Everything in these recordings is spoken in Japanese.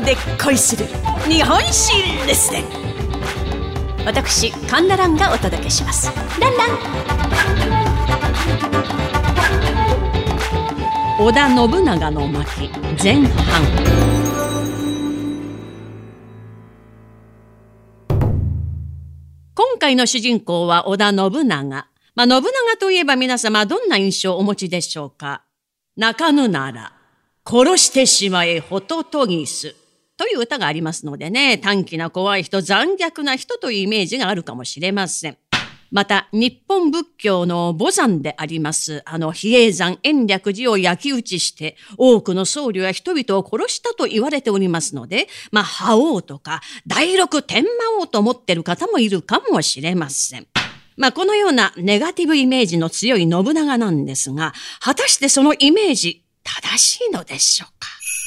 で恋する日本史レッスン。私カンナランがお届けします。ランラン。 織田信長の巻前半。今回の主人公は織田信長。信長といえば皆様どんな印象をお持ちでしょうか。泣かぬなら殺してしまえホトトギスという歌がありますのでね、短気な怖い人、残虐な人というイメージがあるかもしれません。また日本仏教の母山であります比叡山延暦寺を焼き討ちして多くの僧侶や人々を殺したと言われておりますので、覇王とか第六天魔王と思っている方もいるかもしれません。このようなネガティブイメージの強い信長なんですが、果たしてそのイメージ正しいのでしょうか。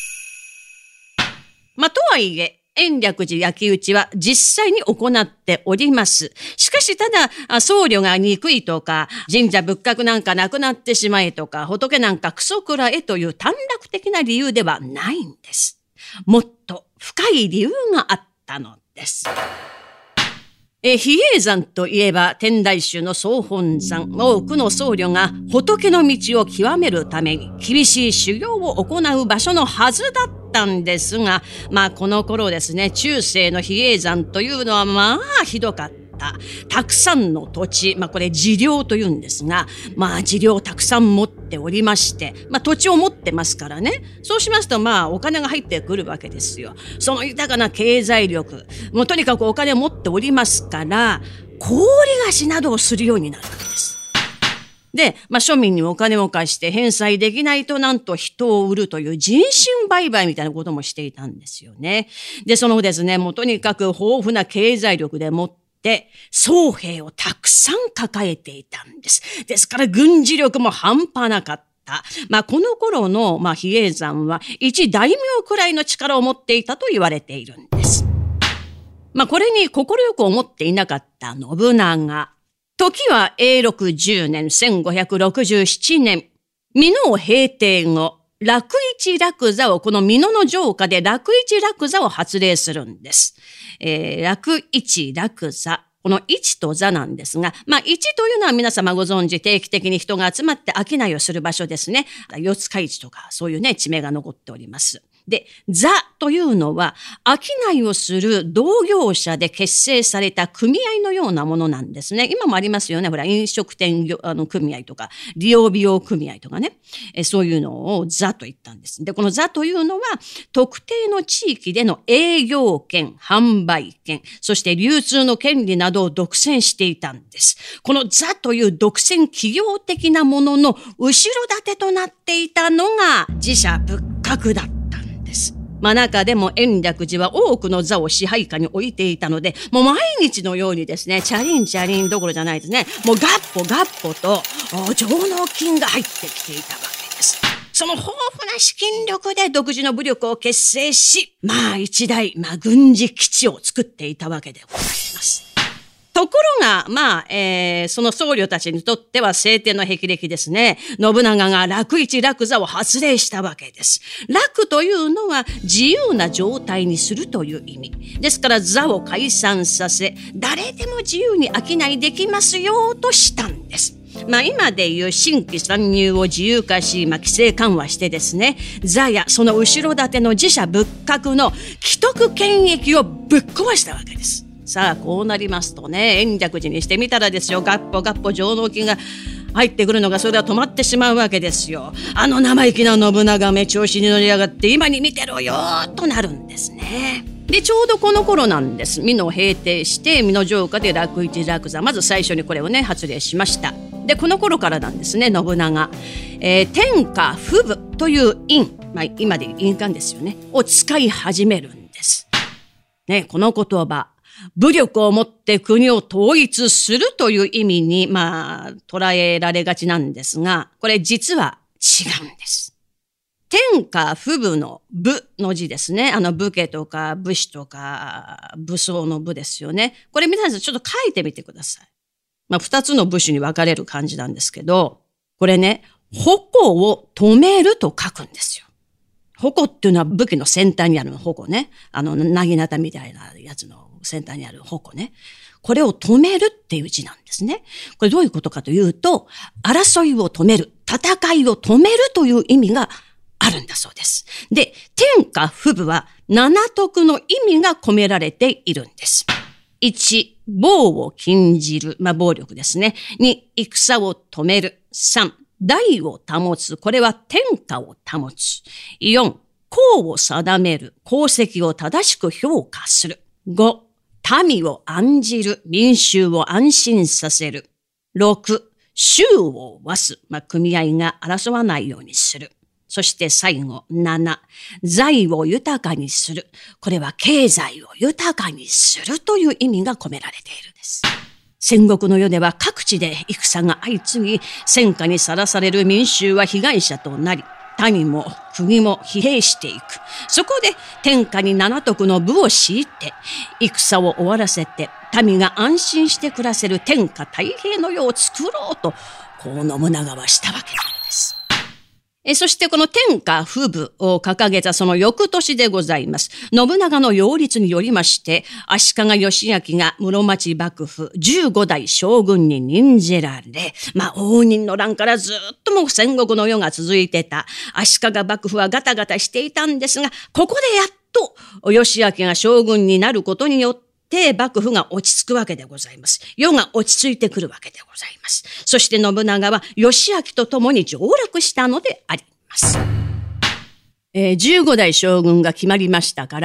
とはいえ延暦寺焼き討ちは実際に行っております。しかしただ僧侶が憎いとか神社仏閣なんかなくなってしまえとか仏なんかクソくらえという短絡的な理由ではないんです。もっと深い理由があったのです。比叡山といえば天台宗の総本山、多くの僧侶が仏の道を極めるために厳しい修行を行う場所のはずだったんですが、この頃ですね、中世の比叡山というのはひどかった。たくさんの土地、これ地領というんですが、地領をたくさん持っておりまして、土地を持ってますからね。そうしますとお金が入ってくるわけですよ。その豊かな経済力、もうとにかくお金を持っておりますから、高利貸しなどをするようになるわけです。で、庶民にお金を貸して返済できないとなんと人を売るという人身売買みたいなこともしていたんですよね。で、そのですね、もうとにかく豊富な経済力でもって僧兵をたくさん抱えていたんです。ですから軍事力も半端なかった。この頃の比叡山は一大名くらいの力を持っていたと言われているんです。これに快く思っていなかった信長。時は永禄10年1567年、美濃を平定後、楽市楽座をこの美濃の城下で楽市楽座を発令するんです。楽市楽座。この市と座なんですが、市というのは皆様ご存知、定期的に人が集まって商いをする場所ですね。四日市とかそういうね、地名が残っております。で、座というのは商いをする同業者で結成された組合のようなものなんですね。今もありますよね。ほら、飲食店組合とか、利用美容組合とかね。そういうのを座と言ったんです。で、この座というのは特定の地域での営業権、販売権、そして流通の権利などを独占していたんです。この座という独占企業的なものの後ろ盾となっていたのが寺社仏閣だった。中でも延暦寺は多くの座を支配下に置いていたので、もう毎日のようにですね、チャリンチャリンどころじゃないですね、もうガッポガッポと上納金が入ってきていたわけです。その豊富な資金力で独自の武力を結成し、一大、軍事基地を作っていたわけでございます。ところが、その僧侶たちにとっては青天の霹靂ですね。信長が楽市楽座を発令したわけです。楽というのは自由な状態にするという意味。ですから座を解散させ、誰でも自由に商いできますよとしたんです。今でいう新規参入を自由化し、規制緩和してですね、座やその後ろ盾の寺社仏閣の既得権益をぶっ壊したわけです。さあこうなりますとね、延暦寺にしてみたらですよ、ガッポガッポ上納金が入ってくるのがそれは止まってしまうわけですよ。生意気な信長め調子に乗りやがって今に見てろよとなるんですね。でちょうどこの頃なんです。美濃を平定して美濃城下で楽市楽座、まず最初にこれをね発令しました。でこの頃からなんですね、信長、天下布武という印、今でいう印鑑ですよねを使い始めるんですね。この言葉、武力をもって国を統一するという意味に捉えられがちなんですが、これ実は違うんです。天下布武の武の字ですね。武家とか武士とか武装の武ですよね。これ皆さんちょっと書いてみてください。二つの部首に分かれる感じなんですけど、これね、矛を止めると書くんですよ。 矛っていうのは武器の先端にあるの矛ね。なぎなたみたいなやつの先端にある矛ね。これを止めるっていう字なんですね。これどういうことかというと、争いを止める、戦いを止めるという意味があるんだそうです。で、天下布武は七徳の意味が込められているんです。1、暴を禁じる。暴力ですね。2、戦を止める。3、大を保つ。これは天下を保つ。4、功を定める。功績を正しく評価する。5、民を案じる。民衆を安心させる。6、衆をわす。組合が争わないようにする。そして最後、7、財を豊かにする。これは経済を豊かにするという意味が込められているんです。戦国の世では各地で戦が相次ぎ、戦火にさらされる民衆は被害者となり、民も国も疲弊していく。そこで天下に七徳の武を敷いて、戦を終わらせて、民が安心して暮らせる天下太平の世を作ろうと、こう信長はしたわけなんです。そしてこの天下布武を掲げたその翌年でございます。信長の擁立によりまして、足利義昭が室町幕府15代将軍に任じられ、応仁の乱からずっとも戦国の世が続いてた足利幕府はガタガタしていたんですが、ここでやっと義昭が将軍になることによって幕府が落ち着くわけでございます。世が落ち着いてくるわけでございます。そして信長は義昭と共に上洛したのであります。15代将軍が決まりましたから、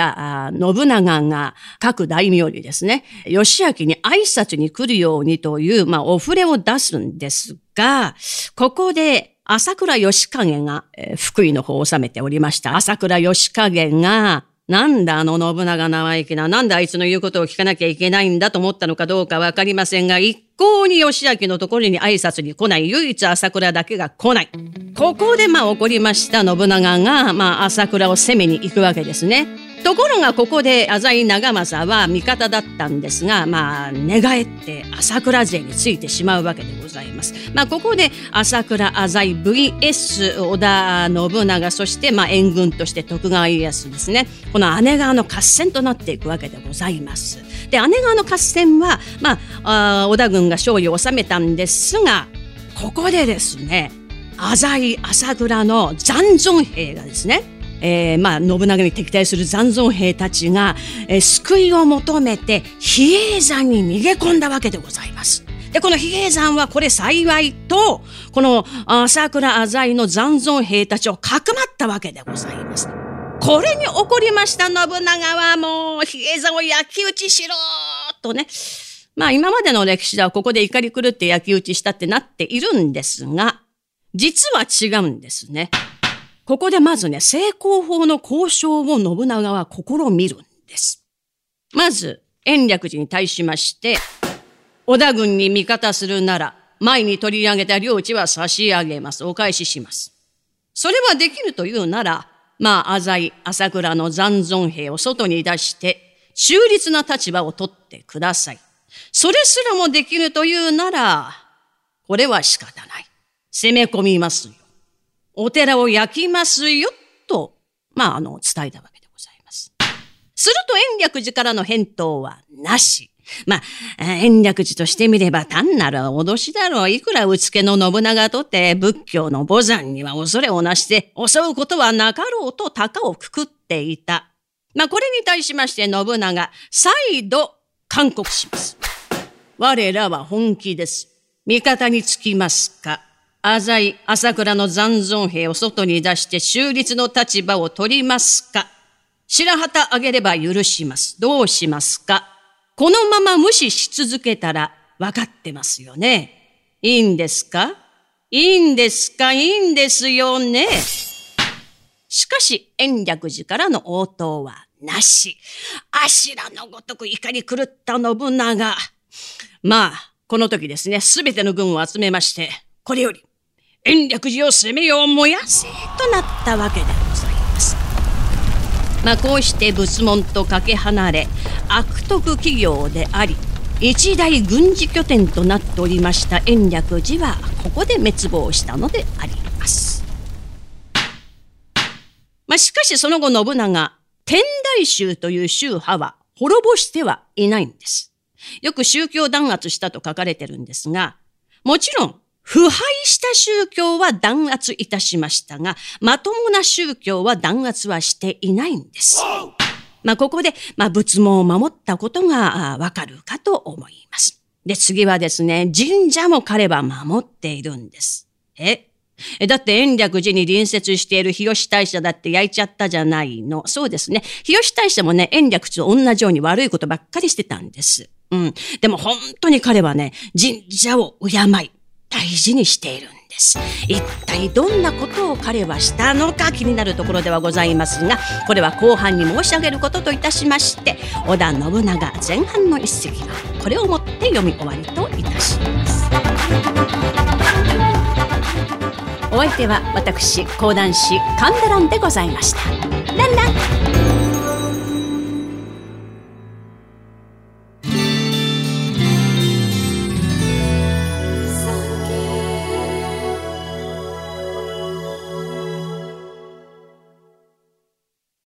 信長が各大名にですね、義昭に挨拶に来るようにという、お触れを出すんですが、ここで朝倉義景が、福井の方を治めておりました。朝倉義景が、なんだ信長生意気な、なんであいつの言うことを聞かなきゃいけないんだと思ったのかどうかわかりませんが、一向に義昭のところに挨拶に来ない、唯一朝倉だけが来ない。ここで起こりました信長が、朝倉を攻めに行くわけですね。ところがここで浅井長政は味方だったんですが、寝返って朝倉勢についてしまうわけでございます。ここで朝倉浅井 vs 織田信長、そして援軍として徳川家康ですね。この姉川の合戦となっていくわけでございます。で、姉川の合戦は、織田軍が勝利を収めたんですが、ここでですね、浅井朝倉の残存兵がですね、信長に敵対する残存兵たちが、救いを求めて比叡山に逃げ込んだわけでございます。で、この比叡山はこれ幸いと、この朝倉浅井の残存兵たちをかくまったわけでございます。これに怒りました信長はもう比叡山を焼き討ちしろとね。今までの歴史ではここで怒り狂って焼き討ちしたってなっているんですが、実は違うんですね。ここでまずね、正攻法の交渉を信長は試みるんです。まず、延暦寺に対しまして、織田軍に味方するなら、前に取り上げた領地は差し上げます。お返しします。それはできるというなら、浅井、朝倉の残存兵を外に出して、中立な立場を取ってください。それすらもできるというなら、これは仕方ない。攻め込みますよ。お寺を焼きますよ、と、伝えたわけでございます。すると延暦寺からの返答はなし。延暦寺としてみれば単なる脅しだろう。いくらうつけの信長とて仏教の母山には恐れをなして襲うことはなかろうと高をくくっていた。これに対しまして信長、再度勧告します。我らは本気です。味方につきますか。浅井、朝倉の残存兵を外に出して中立の立場を取りますか。白旗あげれば許します。どうしますか。このまま無視し続けたら分かってますよね。いいんですか。いいんですか。いいんですよね。しかし延暦寺からの応答はなし。あしらのごとく怒り狂った信長。この時ですね、すべての軍を集めまして、これより延暦寺を攻めよう燃やせとなったわけでございます。こうして仏門とかけ離れ、悪徳企業であり、一大軍事拠点となっておりました延暦寺は、ここで滅亡したのであります。 しかしその後信長、天台宗という宗派は滅ぼしてはいないんです。よく宗教弾圧したと書かれてるんですが、もちろん腐敗した宗教は弾圧いたしましたが、まともな宗教は弾圧はしていないんです。ここで、仏門を守ったことがわかるかと思います。で、次はですね、神社も彼は守っているんです。だって延暦寺に隣接している日吉大社だって焼いちゃったじゃないの。そうですね。日吉大社もね、延暦寺と同じように悪いことばっかりしてたんです。でも本当に彼はね、神社を敬い、大事にしているんです。一体どんなことを彼はしたのか気になるところではございますが、これは後半に申し上げることといたしまして、織田信長前半の一席はこれをもって読み終わりといたします。お相手は私講談師神田蘭でございました。ランラン。